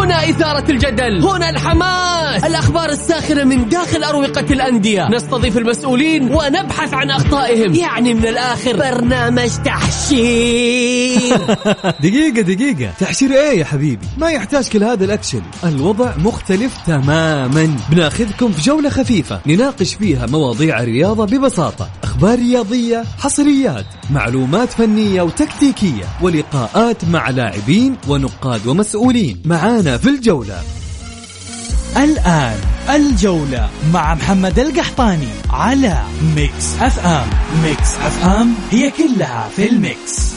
هنا إثارة الجدل، هنا الحماس، الأخبار الساخنة من داخل أروقة الأندية، نستضيف المسؤولين ونبحث عن أخطائهم. يعني من الآخر برنامج تحشير. دقيقة تحشير ايه يا حبيبي؟ ما يحتاج كل هذا الأكشن. الوضع مختلف تماما. بناخذكم في جولة خفيفة نناقش فيها مواضيع الرياضة ببساطة، أخبار رياضية، حصريات، معلومات فنية وتكتيكية، ولقاءات مع لاعبين ونقاد ومسؤولين. معانا في الجولة. الآن الجولة مع محمد القحطاني على ميكس اف ام. ميكس اف ام هي كلها في الميكس.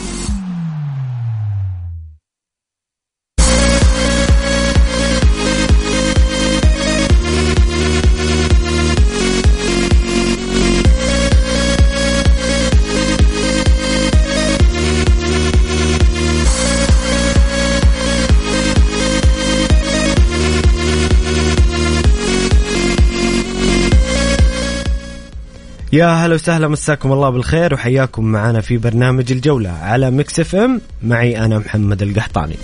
يا هلا وسهلا، مساكم الله بالخير وحياكم معنا في برنامج الجولة على ميكس اف ام. معي أنا محمد القحطاني.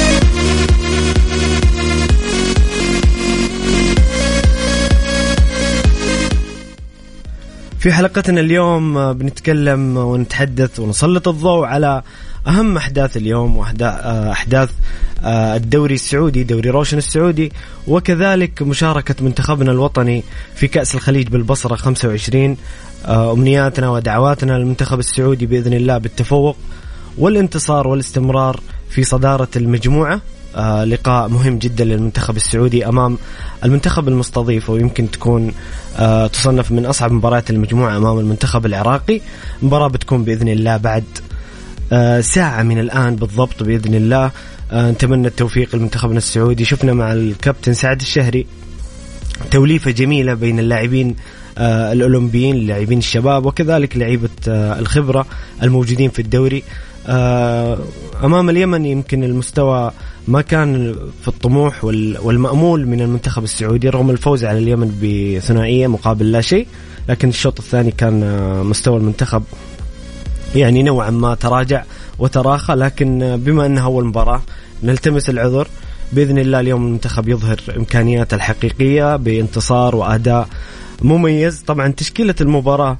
في حلقتنا اليوم بنتكلم ونتحدث ونسلط الضوء على أهم أحداث اليوم وأحداث الدوري السعودي، دوري روشن السعودي، وكذلك مشاركة منتخبنا الوطني في كأس الخليج بالبصرة 25. أمنياتنا ودعواتنا للمنتخب السعودي بإذن الله بالتفوق والانتصار والاستمرار في صدارة المجموعة. لقاء مهم جدا للمنتخب السعودي أمام المنتخب المستضيف، ويمكن تكون تصنف من أصعب مباريات المجموعة أمام المنتخب العراقي. مباراة بتكون بإذن الله بعد ساعة من الآن بالضبط بإذن الله. نتمنى التوفيق لمنتخبنا السعودي. شفنا مع الكابتن سعد الشهري توليفة جميلة بين اللاعبين الأولمبيين، اللاعبين الشباب، وكذلك لاعيبة الخبرة الموجودين في الدوري. أمام اليمن يمكن المستوى ما كان في الطموح والمأمول من المنتخب السعودي رغم الفوز على اليمن بثنائية مقابل لا شيء، لكن الشوط الثاني كان مستوى المنتخب يعني نوعا ما تراجع وتراخى. لكن بما أنها أول مباراة نلتمس العذر. بإذن الله اليوم المنتخب يظهر إمكانياته الحقيقية بانتصار وأداء مميز. طبعا تشكيلة المباراة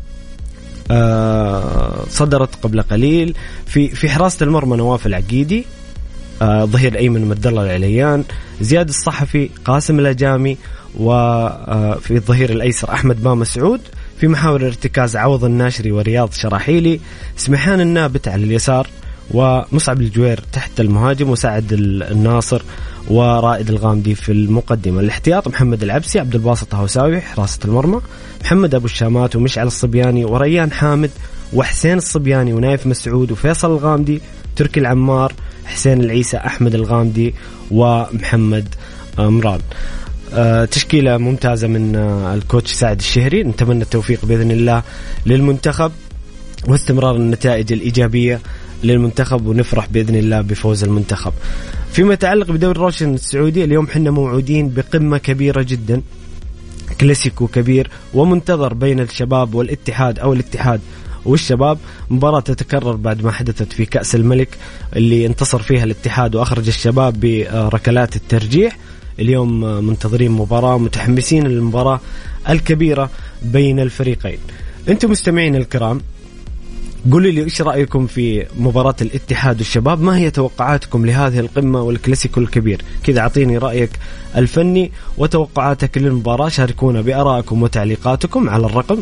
صدرت قبل قليل. في حراسة المرمى نواف العقيدي، ظهير أيمن مدلل العليان، زياد الصحفي، قاسم الأجامي، وفي الظهير الأيسر أحمد با مسعود. في محاور الارتكاز عوض الناشري ورياض شراحيلي، سمحان النابت على اليسار، ومصعب الجوير تحت المهاجم، وسعد الناصر ورائد الغامدي في المقدمة. الاحتياط محمد العبسي، عبد الباسط هوساوي حراسة المرمى، محمد أبو الشامات ومشعل الصبياني وريان حامد وحسين الصبياني ونايف مسعود وفيصل الغامدي، تركي العمار، حسين العيسى، أحمد الغامدي ومحمد مران. تشكيلة ممتازة من الكوتش سعد الشهري. نتمنى التوفيق بإذن الله للمنتخب واستمرار النتائج الإيجابية للمنتخب، ونفرح بإذن الله بفوز المنتخب. فيما يتعلق بدوري روشن السعودي، اليوم حنا موعودين بقمة كبيرة جدا، كلاسيكو كبير ومنتظر بين الشباب والاتحاد أو الاتحاد والشباب. مباراة تتكرر بعد ما حدثت في كأس الملك اللي انتصر فيها الاتحاد وأخرج الشباب بركلات الترجيح. اليوم منتظرين مباراة، متحمسين للمباراة الكبيرة بين الفريقين. أنتم مستمعين الكرام، قولوا لي إيش رأيكم في مباراة الاتحاد والشباب؟ ما هي توقعاتكم لهذه القمة والكلاسيكو الكبير؟ كذا أعطيني رأيك الفني وتوقعاتك للمباراة. شاركونا بآرائكم وتعليقاتكم على الرقم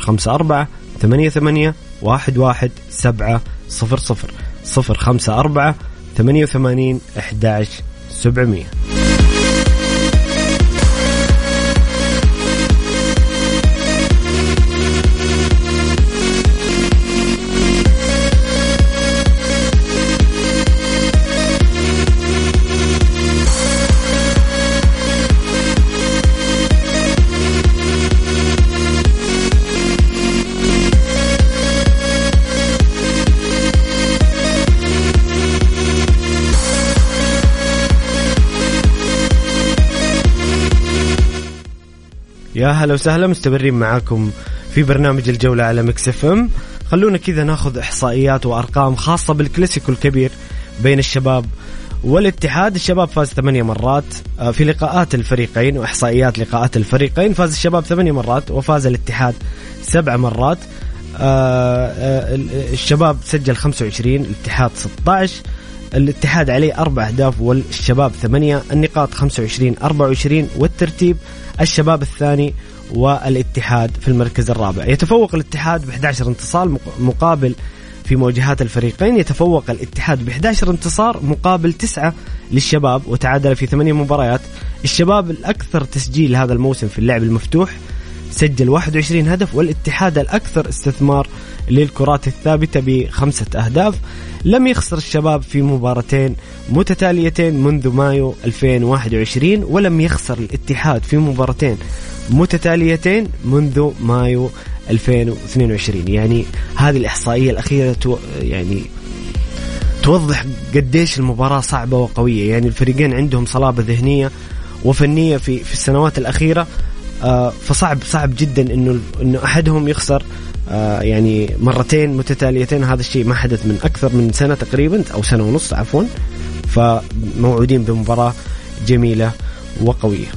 054-88-11700 054-88-11700. يا هلا وسهلا، مستمرين معاكم في برنامج الجولة على ميكس اف ام. خلونا كذا ناخذ إحصائيات وأرقام خاصة بالكلاسيكو الكبير بين الشباب والاتحاد الشباب فاز 8 مرات في لقاءات الفريقين، وإحصائيات لقاءات الفريقين فاز الشباب 8 مرات وفاز الاتحاد 7 مرات. الشباب سجل 25، الاتحاد 16. الاتحاد عليه 4 أهداف والشباب 8. النقاط 25-24، والترتيب الشباب الثاني والاتحاد في المركز الرابع. يتفوق الاتحاد ب11 انتصار مقابل في مواجهات الفريقين يتفوق الاتحاد ب11 انتصار مقابل 9 للشباب، وتعادل في 8 مباريات. الشباب الأكثر تسجيل هذا الموسم في اللعب المفتوح سجل 21 هدف، والاتحاد الأكثر استثمار للكرات الثابتة ب5 أهداف. لم يخسر الشباب في مباراتين متتاليتين منذ مايو 2021، ولم يخسر الاتحاد في مباراتين متتاليتين منذ مايو 2022. يعني هذه الإحصائية الأخيرة يعني توضح قديش المباراة صعبة وقوية. يعني الفريقين عندهم صلابة ذهنية وفنية في السنوات الأخيرة، فصعب جدا إنه أحدهم يخسر يعني مرتين متتاليتين. هذا الشيء ما حدث من أكثر من سنة تقريبا أو سنة ونص عفوا. فموعودين بمباراة جميلة وقوية.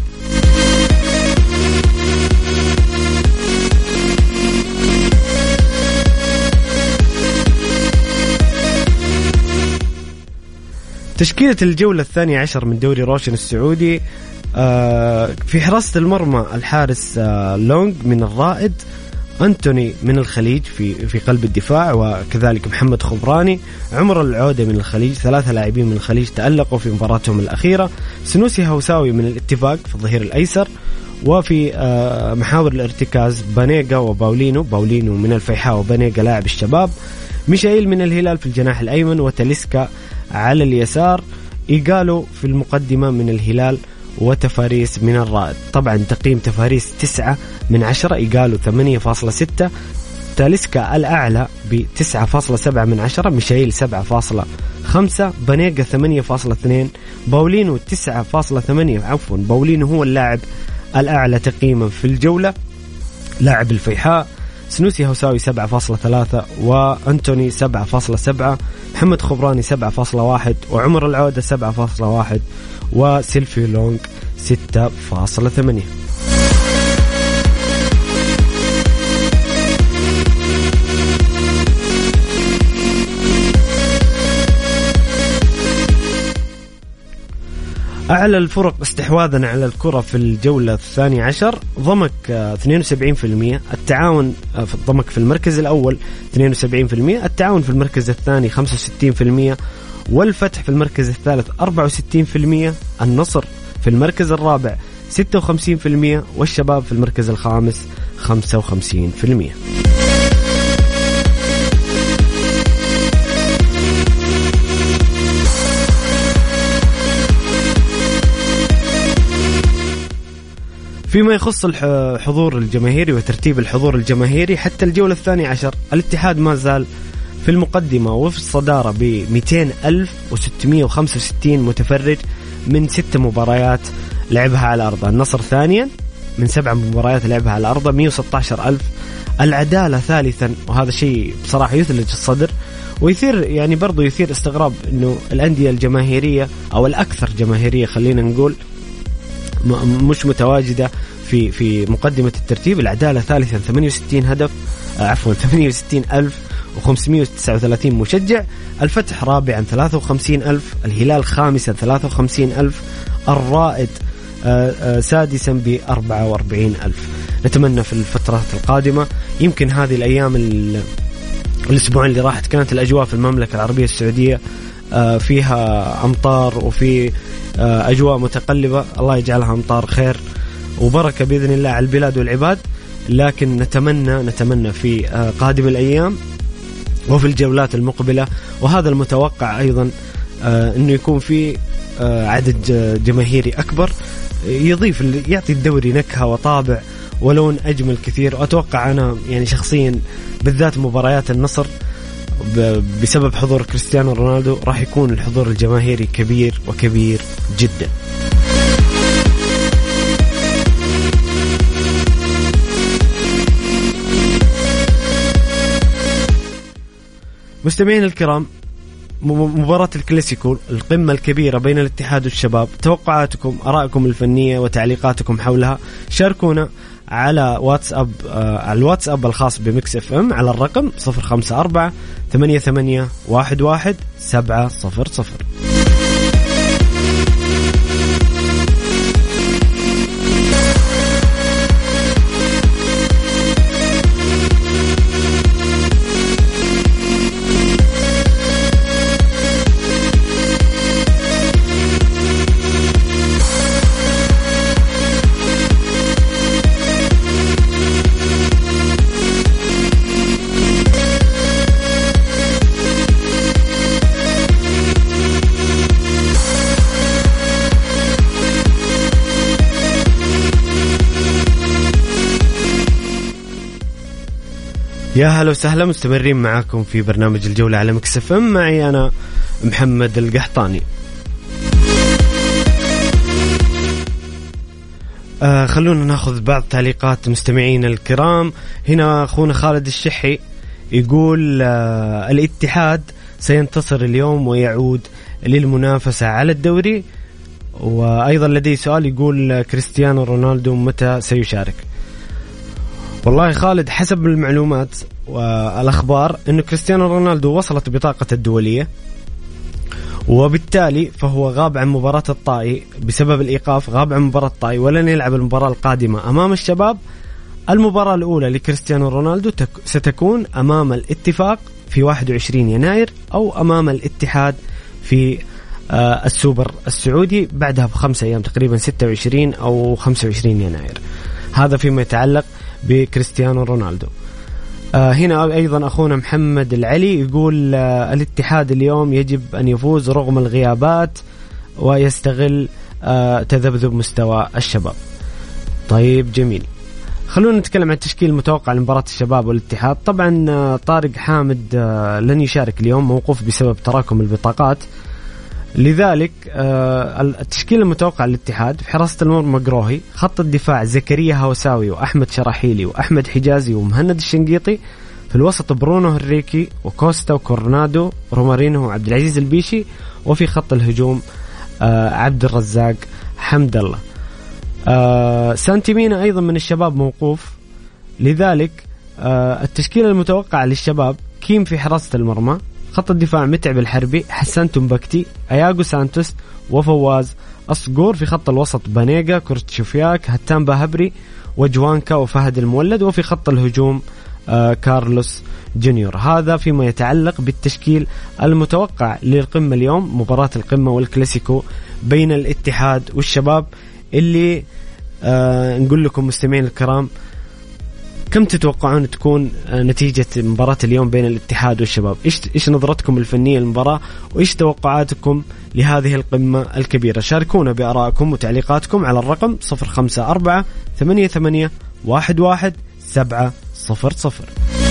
تشكيلة الجولة 12 من دوري روشن السعودي: في حراسة المرمى الحارس لونغ من الرائد، أنتوني من الخليج في قلب الدفاع، وكذلك محمد خبراني، عمر العودة من الخليج. 3 لاعبين من الخليج تألقوا في مباراتهم الأخيرة. سنوسي هوساوي من الاتفاق في الظهير الأيسر. وفي محاور الارتكاز بانيجا وباولينو من الفيحاء وبانيجا لاعب الشباب. ميشائيل من الهلال في الجناح الأيمن، وتاليسكا على اليسار. إيغالو في المقدمة من الهلال، وتفاريس من الرائد. طبعا تقييم تفاريس 9 من 10، إيغالو 8.6، تاليسكا الأعلى ب9.7 من 10، ميشائيل 7.5، بانيجا 8.2، باولينو 9.8. عفوا باولينو هو اللاعب الأعلى تقييما في الجولة لاعب الفيحاء. سنوسي هوساوي 7.3، وأنتوني 7.7، محمد خبراني 7.1، وعمر العودة 7.1، وسيلفي لونغ 6.8. أعلى الفرق استحواذا على الكرة في الجولة 12: ضمك 72%، التعاون في الضمك في المركز الأول 72%، التعاون في المركز الثاني 65%، والفتح في المركز الثالث 64%، النصر في المركز الرابع 56%، والشباب في المركز الخامس 55%. فيما يخص الحضور الجماهيري وترتيب الحضور الجماهيري حتى الجولة 12، الاتحاد ما زال في المقدمة وفي الصدارة ب200,665 متفرج من 6 مباريات لعبها على أرضه. النصر ثانيا من 7 مباريات لعبها على أرضه 116,000. العدالة ثالثا، وهذا شيء بصراحة يثلج الصدر ويثير يعني برضو يثير استغراب إنه الأندية الجماهيرية أو الأكثر جماهيرية خلينا نقول مش متواجدة في مقدمة الترتيب. العدالة ثالثا 68,539 مشجع. الفتح رابعا 53,000. الهلال خامسا 53,000. الرائد سادسا ب44,000. نتمنى في الفترات القادمة، يمكن هذه الأيام الأسبوعين اللي راحت كانت الأجواء في المملكة العربية السعودية فيها أمطار وفي أجواء متقلبة، الله يجعلها أمطار خير وبركة بإذن الله على البلاد والعباد. لكن نتمنى في قادم الأيام وفي الجولات المقبلة، وهذا المتوقع أيضا أنه يكون في عدد جماهيري أكبر يعطي الدوري نكهة وطابع ولون أجمل كثير. وأتوقع أنا يعني شخصيا بالذات مباريات النصر بسبب حضور كريستيانو رونالدو راح يكون الحضور الجماهيري كبير وكبير جدا. مستمعين الكرام، مباراة الكلاسيكو القمة الكبيرة بين الاتحاد والشباب، توقعاتكم، آرائكم الفنية وتعليقاتكم حولها شاركونا على واتساب، على الواتساب الخاص بميكس اف ام على الرقم 0548811700. يا هلا وسهلا، مستمرين معاكم في برنامج الجولة على ميكس اف ام، معي أنا محمد القحطاني. خلونا ناخذ بعض تعليقات مستمعين الكرام. هنا أخونا خالد الشحي يقول الاتحاد سينتصر اليوم ويعود للمنافسة على الدوري. وأيضا لدي سؤال يقول كريستيانو رونالدو متى سيشارك؟ والله خالد، حسب المعلومات والأخبار أنه كريستيانو رونالدو وصلت بطاقة الدولية، وبالتالي فهو غاب عن مباراة الطائي بسبب الإيقاف، غاب عن مباراة الطائي ولن يلعب المباراة القادمة أمام الشباب. المباراة الأولى لكريستيانو رونالدو ستكون أمام الاتفاق في 21 يناير أو أمام الاتحاد في السوبر السعودي بعدها ب5 أيام تقريبا 26 أو 25 يناير. هذا فيما يتعلق بكريستيانو رونالدو. هنا أيضا أخونا محمد العلي يقول الاتحاد اليوم يجب أن يفوز رغم الغيابات ويستغل تذبذب مستوى الشباب. طيب جميل، خلونا نتكلم عن التشكيل المتوقع لمباراة الشباب والاتحاد. طبعا طارق حامد لن يشارك اليوم، موقوف بسبب تراكم البطاقات، لذلك التشكيل المتوقع للاتحاد: في حراسة المرمى قروهي، خط الدفاع زكريا هوساوي وأحمد شراحيلي وأحمد حجازي ومهند الشنقيطي، في الوسط برونو هريكي وكوستا وكورنادو رومارينو وعبد العزيز البيشي، وفي خط الهجوم عبد الرزاق حمد الله. سانتيمينا أيضا من الشباب موقوف، لذلك التشكيل المتوقع للشباب: كيم في حراسة المرمى، خط الدفاع متعب الحربي، حسان تنبكتي، أياغو سانتوس وفواز أصقور، في خط الوسط بانيجا، كورتشوفياك، هتان باهبري وجوانكا وفهد المولد، وفي خط الهجوم كارلوس جونيور. هذا فيما يتعلق بالتشكيل المتوقع للقمة اليوم، مباراة القمة والكلاسيكو بين الاتحاد والشباب، اللي نقول لكم مستمعين الكرام كم تتوقعون تكون نتيجة مباراة اليوم بين الاتحاد والشباب؟ إيش نظرتكم الفنية للمباراة وإيش توقعاتكم لهذه القمة الكبيرة؟ شاركونا بآرائكم وتعليقاتكم على الرقم 0548811700.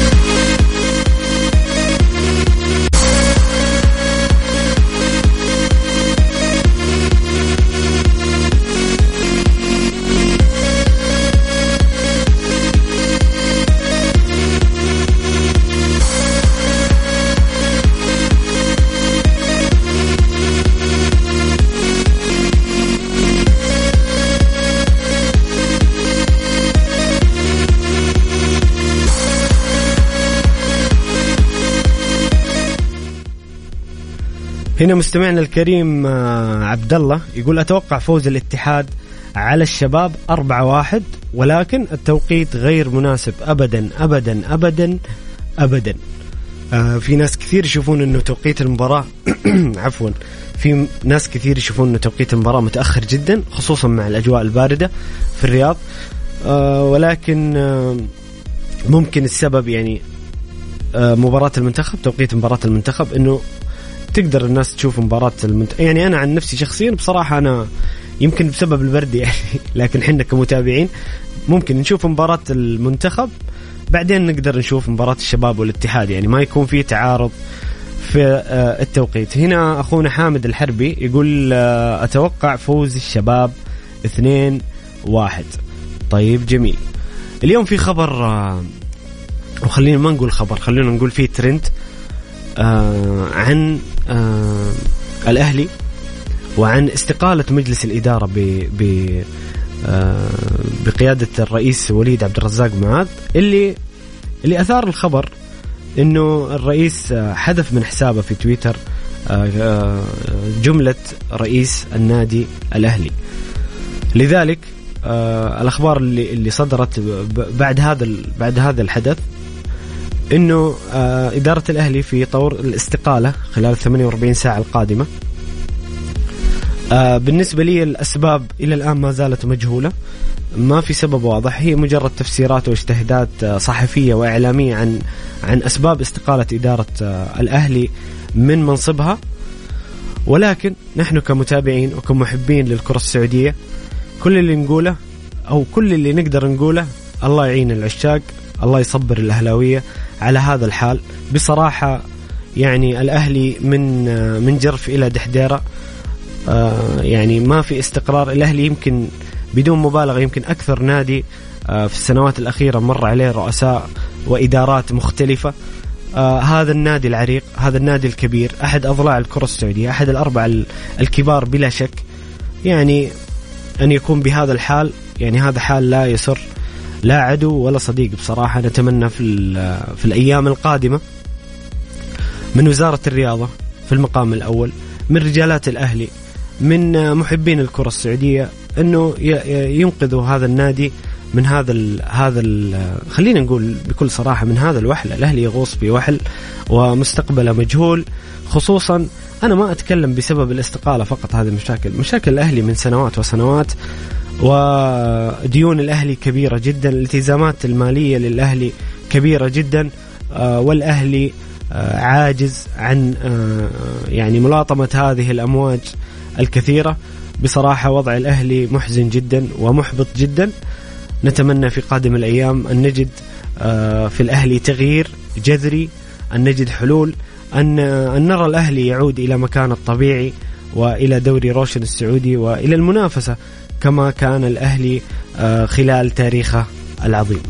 هنا مستمعنا الكريم عبد الله يقول أتوقع فوز الاتحاد على الشباب 4-1، ولكن التوقيت غير مناسب أبدا أبدا أبدا أبدا. في ناس كثير يشوفون أنه توقيت المباراة عفوا، في ناس كثير يشوفون أنه توقيت المباراة متأخر جدا، خصوصا مع الأجواء الباردة في الرياض، ولكن ممكن السبب يعني مباراة المنتخب، توقيت مباراة المنتخب، أنه تقدر الناس تشوف مباراة يعني أنا عن نفسي شخصيا بصراحة أنا يمكن بسبب البرد يعني لكن حنا كمتابعين ممكن نشوف مباراة المنتخب بعدين نقدر نشوف مباراة الشباب والاتحاد، يعني ما يكون في تعارض في التوقيت. هنا أخونا حامد الحربي يقول أتوقع فوز الشباب 2-1. طيب جميل. اليوم في خبر، وخلينا ما نقول خبر، خلينا نقول فيه ترند. عن الأهلي وعن استقالة مجلس الإدارة بقيادة الرئيس وليد عبد الرزاق معاذ، اللي أثار الخبر إنه الرئيس حذف من حسابه في تويتر جملة رئيس النادي الأهلي. لذلك الأخبار اللي صدرت بعد هذا الحدث إنه إدارة الأهلي في طور الاستقالة خلال 48 ساعة القادمة. بالنسبة لي الأسباب إلى الآن ما زالت مجهولة، ما في سبب واضح، هي مجرد تفسيرات واجتهادات صحفية وإعلامية عن أسباب استقالة إدارة الأهلي من منصبها. ولكن نحن كمتابعين وكمحبين للكرة السعودية كل اللي نقوله أو كل اللي نقدر نقوله الله يعين العشاق، الله يصبر الأهلاوية على هذا الحال. بصراحة يعني الأهلي من جرف إلى دحديرة، يعني ما في استقرار. الأهلي يمكن بدون مبالغة يمكن أكثر نادي في السنوات الأخيرة مر عليه رؤساء وإدارات مختلفة. هذا النادي العريق، هذا النادي الكبير، أحد أضلاع الكرة السعودية، أحد الأربعة الكبار بلا شك. يعني أن يكون بهذا الحال، يعني هذا حال لا يسر لا عدو ولا صديق. بصراحة نتمنى في الأيام القادمة من وزارة الرياضة في المقام الأول، من رجالات الأهلي، من محبين الكرة السعودية، أنه ينقذوا هذا النادي من هذا خلينا نقول بكل صراحة من هذا الوحل. الأهلي يغوص في وحل ومستقبله مجهول. خصوصا أنا ما أتكلم بسبب الاستقالة فقط، هذه مشاكل الأهلي من سنوات وسنوات، وديون الأهلي كبيرة جدا، الالتزامات المالية للأهلي كبيرة جدا، والأهلي عاجز عن يعني ملاطمة هذه الأمواج الكثيرة. بصراحة وضع الأهلي محزن جدا ومحبط جدا. نتمنى في قادم الأيام أن نجد في الأهلي تغيير جذري، أن نجد حلول، أن نرى الأهلي يعود إلى مكانه الطبيعي وإلى دوري روشن السعودي وإلى المنافسة كما كان الأهلي خلال تاريخه العظيم.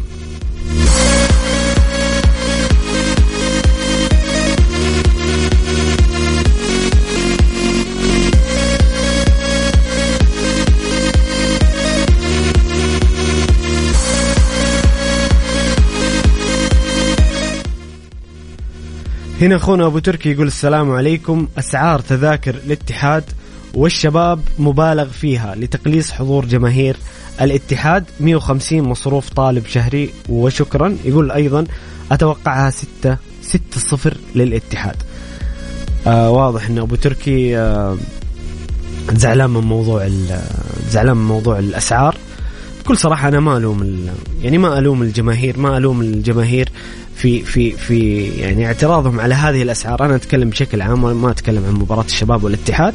هنا أخونا أبو تركي يقول السلام عليكم، أسعار تذاكر الاتحاد والشباب مبالغ فيها لتقليص حضور جماهير الاتحاد، 150 مصروف طالب شهري وشكرا. يقول أيضا أتوقعها 6-0 للاتحاد. واضح أن أبو تركي زعلان من موضوع الأسعار. بكل صراحة أنا ما ألوم الجماهير في يعني اعتراضهم على هذه الأسعار. أنا أتكلم بشكل عام وما أتكلم عن مباراة الشباب والاتحاد.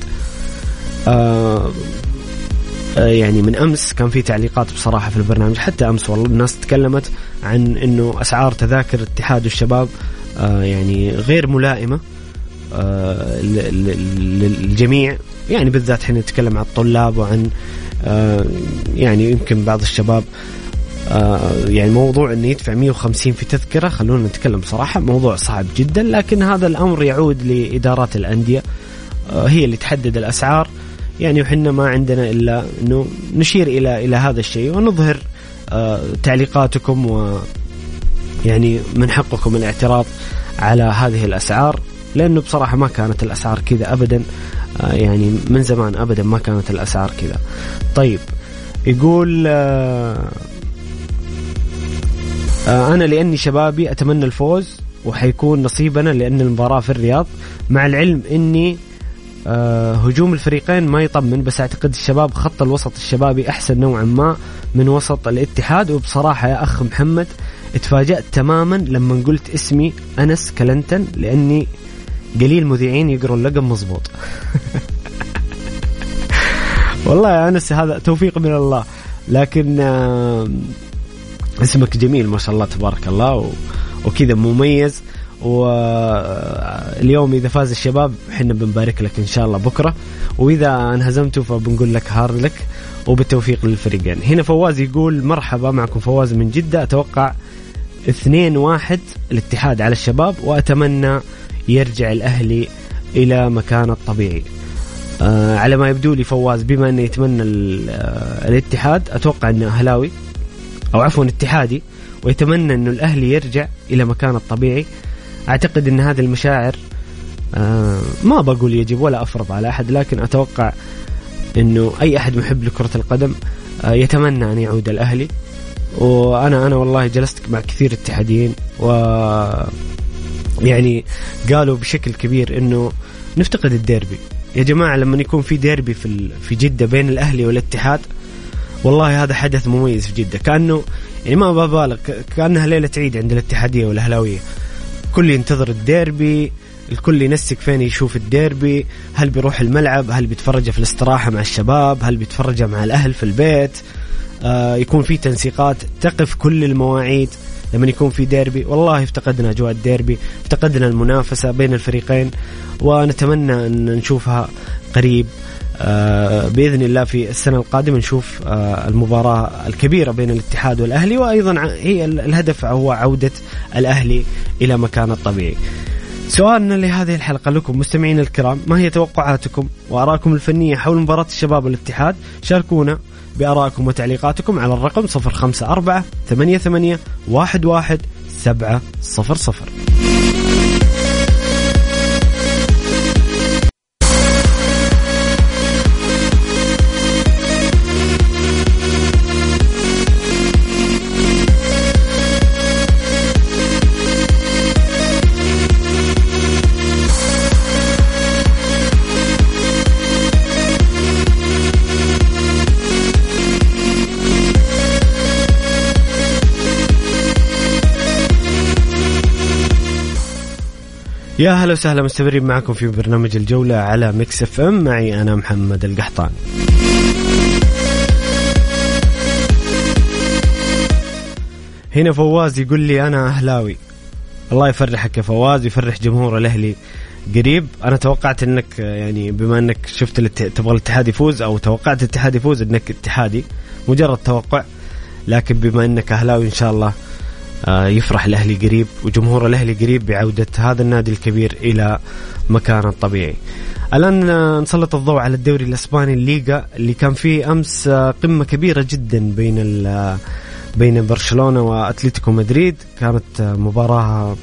يعني من أمس كان في تعليقات بصراحة في البرنامج، حتى أمس والله الناس تكلمت عن إنه أسعار تذاكر الاتحاد والشباب يعني غير ملائمة للجميع، يعني بالذات حين نتكلم عن الطلاب وعن يعني يمكن بعض الشباب. يعني موضوع أن يدفع 150 في تذكرة، خلونا نتكلم بصراحة موضوع صعب جدا، لكن هذا الأمر يعود لإدارات الأندية، هي اللي تحدد الأسعار. يعني وحنا ما عندنا إلا أنه نشير إلى هذا الشيء ونظهر تعليقاتكم، ويعني من حقكم الاعتراض على هذه الأسعار، لأنه بصراحة ما كانت الأسعار كذا أبدا، يعني من زمان أبدا ما كانت الأسعار كذا. طيب يقول أنا لأني شبابي أتمنى الفوز وحيكون نصيبنا لأن المباراة في الرياض، مع العلم أني هجوم الفريقين ما يطمن، بس أعتقد الشباب خط الوسط الشبابي أحسن نوعا ما من وسط الاتحاد. وبصراحة يا أخ محمد اتفاجأت تماما لما قلت اسمي أنس كلنتن، لأني قليل مذيعين يقروا اللقب مزبوط. والله يا أنس هذا توفيق من الله، لكن اسمك جميل ما شاء الله تبارك الله وكذا مميز. واليوم إذا فاز الشباب حنا بنبارك لك إن شاء الله بكرة، وإذا انهزمتوا فبنقول لك هارد لك، وبالتوفيق للفريقين. هنا فواز يقول مرحبا معكم فواز من جدة، أتوقع 2-1 الاتحاد على الشباب، وأتمنى يرجع الأهلي إلى مكانه الطبيعي. على ما يبدو لي فواز بما أنه يتمنى الاتحاد، أتوقع أنه أهلاوي أو عفوا اتحادي ويتمنى أنه الأهلي يرجع إلى مكانه الطبيعي. أعتقد أن هذه المشاعر ما بقول يجب ولا أفرض على أحد، لكن أتوقع أنه أي أحد محب لكرة القدم يتمنى أن يعود الأهلي. وأنا والله جلست مع كثير اتحاديين يعني قالوا بشكل كبير أنه نفتقد الديربي يا جماعة. لما يكون في ديربي في جدة بين الأهلي والاتحاد، والله هذا حدث مميز في جدة، كأنه يعني ما ببالغ كأنها ليلة عيد عند الاتحادية والأهلاوية. كل ينتظر الديربي، الكل ينسك فين يشوف الديربي، هل بيروح الملعب، هل بيتفرج في الاستراحة مع الشباب، هل بيتفرج مع الأهل في البيت. يكون في تنسيقات، تقف كل المواعيد لما يكون في ديربي. والله افتقدنا أجواء الديربي، افتقدنا المنافسة بين الفريقين، ونتمنى أن نشوفها قريب بإذن الله. في السنة القادمة نشوف المباراة الكبيرة بين الاتحاد والأهلي، وأيضا هي الهدف هو عودة الأهلي إلى مكانه الطبيعي. سؤالنا لهذه الحلقة لكم مستمعين الكرام، ما هي توقعاتكم وآراءكم الفنية حول مباراة الشباب والاتحاد؟ شاركونا بآرائكم وتعليقاتكم على الرقم 0548811700. يا هلا وسهلا، مستمرين معكم في برنامج الجولة على ميكس اف ام، معي أنا محمد القحطاني. هنا فواز يقول لي أنا أهلاوي. الله يفرحك يا فواز، يفرح جمهور الأهلي قريب. أنا توقعت أنك يعني بما أنك شفت تبغى الاتحاد يفوز أو توقعت الاتحاد يفوز أنك اتحادي، مجرد توقع، لكن بما أنك أهلاوي إن شاء الله يفرح الأهلي قريب وجمهور الأهلي قريب بعودة هذا النادي الكبير إلى مكانه الطبيعي. الآن نسلط الضوء على الدوري الإسباني، الليغا، اللي كان فيه أمس قمة كبيرة جدا بين برشلونة وأتلتيكو مدريد. كانت مباراة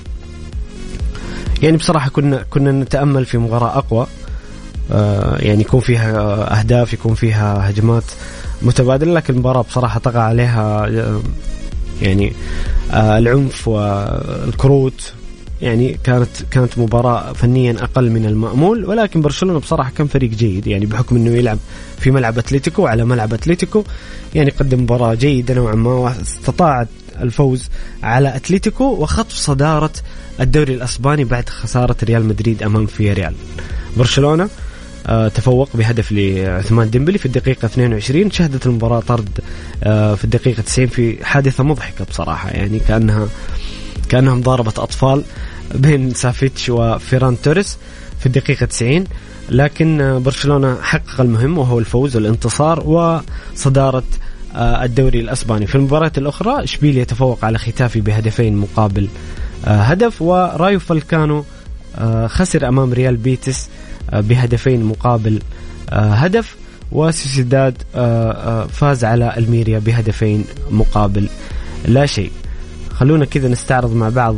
يعني بصراحة كنا نتأمل في مباراة أقوى، يعني يكون فيها أهداف، يكون فيها هجمات متبادلة، لكن المباراة بصراحة طغى عليها يعني العنف والكروت. يعني كانت مباراة فنيا أقل من المأمول، ولكن برشلونة بصراحة كان فريق جيد، يعني بحكم أنه يلعب في ملعب أتلتيكو على ملعب أتلتيكو، يعني قدم مباراة جيدة نوعا ما، واستطاعت الفوز على أتلتيكو وخطف صدارة الدوري الأسباني بعد خسارة ريال مدريد أمام فياريال. برشلونة تفوق بهدف لعثمان ديمبلي في الدقيقة 22. شهدت المباراة طرد في الدقيقة 90 في حادثة مضحكة بصراحة، يعني كأنها مضاربة أطفال بين سافيتش وفيران توريس في الدقيقة 90. لكن برشلونة حقق المهم وهو الفوز والانتصار وصدارة الدوري الأسباني. في المباراة الأخرى إشبيليا تفوق على ختافي بهدفين مقابل هدف، ورايو فالكانو خسر أمام ريال بيتس بهدفين مقابل هدف، وسوسيداد فاز على الميريا بهدفين مقابل لا شيء. خلونا كذا نستعرض مع بعض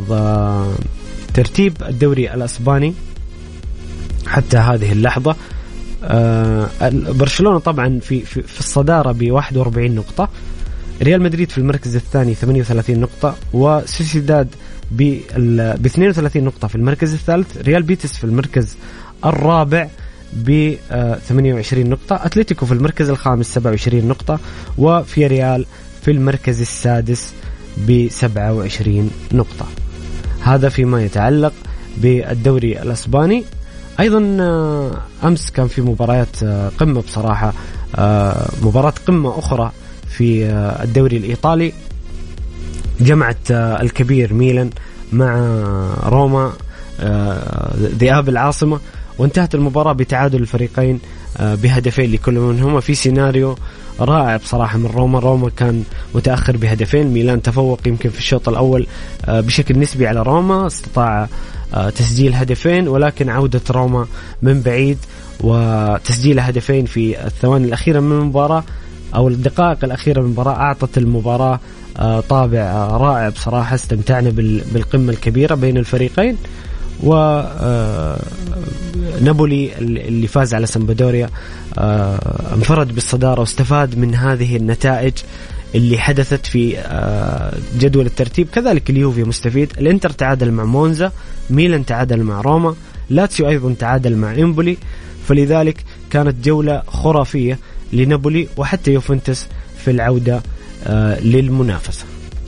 ترتيب الدوري الأسباني حتى هذه اللحظة. برشلونة طبعا في الصدارة ب41 نقطة، ريال مدريد في المركز الثاني 38 نقطة، وسوسيداد ب 32 نقطة في المركز الثالث، ريال بيتس في المركز الرابع ب 28 نقطة، أتلتيكو في المركز الخامس 27 نقطة، وفي ريال في المركز السادس ب 27 نقطة. هذا فيما يتعلق بالدوري الأسباني. أيضا أمس كان في مباريات قمة بصراحة، مباراة قمة أخرى في الدوري الإيطالي، جمعت الكبير ميلان مع روما ذئاب العاصمة، وانتهت المباراة بتعادل الفريقين بهدفين لكل منهما في سيناريو رائع بصراحة من روما كان متأخر بهدفين، ميلان تفوق يمكن في الشوط الأول بشكل نسبي على روما، استطاع تسجيل هدفين، ولكن عودة روما من بعيد وتسجيل هدفين في الثواني الأخيرة من المباراة أو الدقائق الأخيرة من المباراة أعطت المباراة طابع رائع بصراحة. استمتعنا بالقمة الكبيرة بين الفريقين، ونابولي اللي فاز على سامبدوريا انفرد بالصدارة واستفاد من هذه النتائج اللي حدثت في جدول الترتيب. كذلك اليوفي مستفيد، الانتر تعادل مع مونزا، ميلان تعادل مع روما، لاتسيو أيضا تعادل مع إمبولي، فلذلك كانت جولة خرافية لنابولي وحتى يوفنتوس في العودة للمنافسة.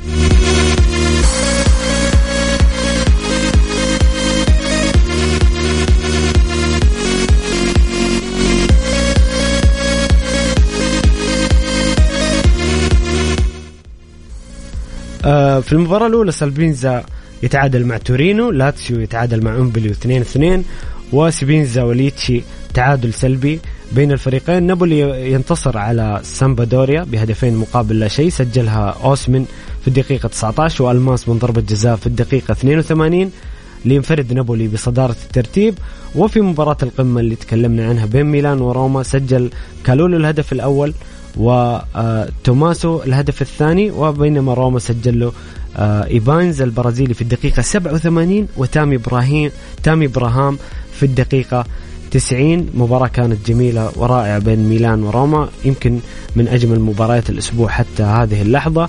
في المباراة الأولى سالفينزا يتعادل مع تورينو، لاتسيو يتعادل مع إمبولي 2-2، وسبينزا وليتشي تعادل سلبي بين الفريقين. نابولي ينتصر على سامبدوريا بهدفين مقابل لا شيء، سجلها أوسمن في الدقيقة 19 وألماس من ضربة جزاء في الدقيقة 82 لينفرد نابولي بصدارة الترتيب. وفي مباراة القمة اللي تكلمنا عنها بين ميلان وروما سجل كالولو الهدف الأول وتوماسو الهدف الثاني، وبينما روما سجل له إيبانز البرازيلي في الدقيقة 87 وتامي براهام في الدقيقة 90. مباراة كانت جميلة ورائعة بين ميلان وروما، يمكن من أجمل مباريات الأسبوع حتى هذه اللحظة.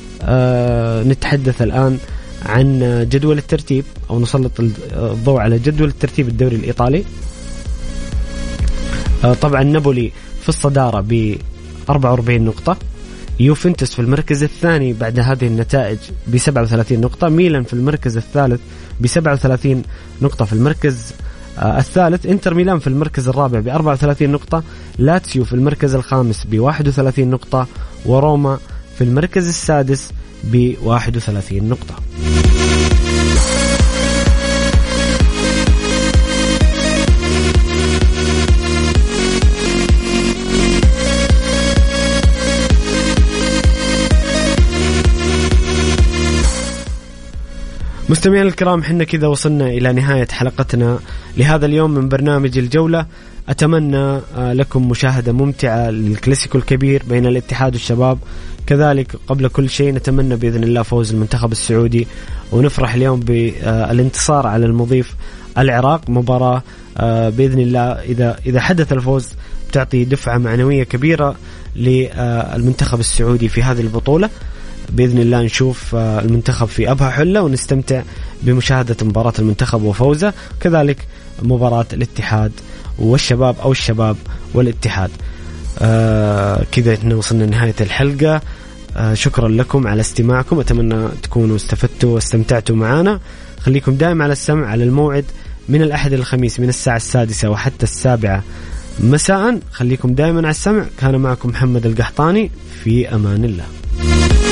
نتحدث الآن عن جدول الترتيب أو نسلط الضوء على جدول الترتيب الدوري الإيطالي. طبعا نابولي في الصدارة ب 44 نقطة، يوفنتوس في المركز الثاني بعد هذه النتائج ب 37 نقطة، ميلان في المركز الثالث ب 37 نقطة في المركز الثالث، انتر ميلان في المركز الرابع ب 34 نقطة، لاتسيو في المركز الخامس ب 31 نقطة، وروما في المركز السادس ب 31 نقطة. مستمعينا الكرام، حنا كذا وصلنا إلى نهاية حلقتنا لهذا اليوم من برنامج الجولة. أتمنى لكم مشاهدة ممتعة للكلاسيكو الكبير بين الاتحاد والشباب. كذلك قبل كل شيء نتمنى بإذن الله فوز المنتخب السعودي، ونفرح اليوم بالانتصار على المضيف العراق. مباراة بإذن الله إذا حدث الفوز تعطي دفعة معنوية كبيرة للمنتخب السعودي في هذه البطولة. بإذن الله نشوف المنتخب في أبهى حلة ونستمتع بمشاهدة مباراة المنتخب وفوزه، كذلك مباراة الاتحاد والشباب أو الشباب والاتحاد. كذا احنا وصلنا لنهاية الحلقة. شكرا لكم على استماعكم، أتمنى تكونوا استفدتوا واستمتعتوا معنا. خليكم دائما على السمع على الموعد من الأحد الخميس من الساعة 6 وحتى 7 مساء. خليكم دائما على السمع. كان معكم محمد القحطاني، في أمان الله.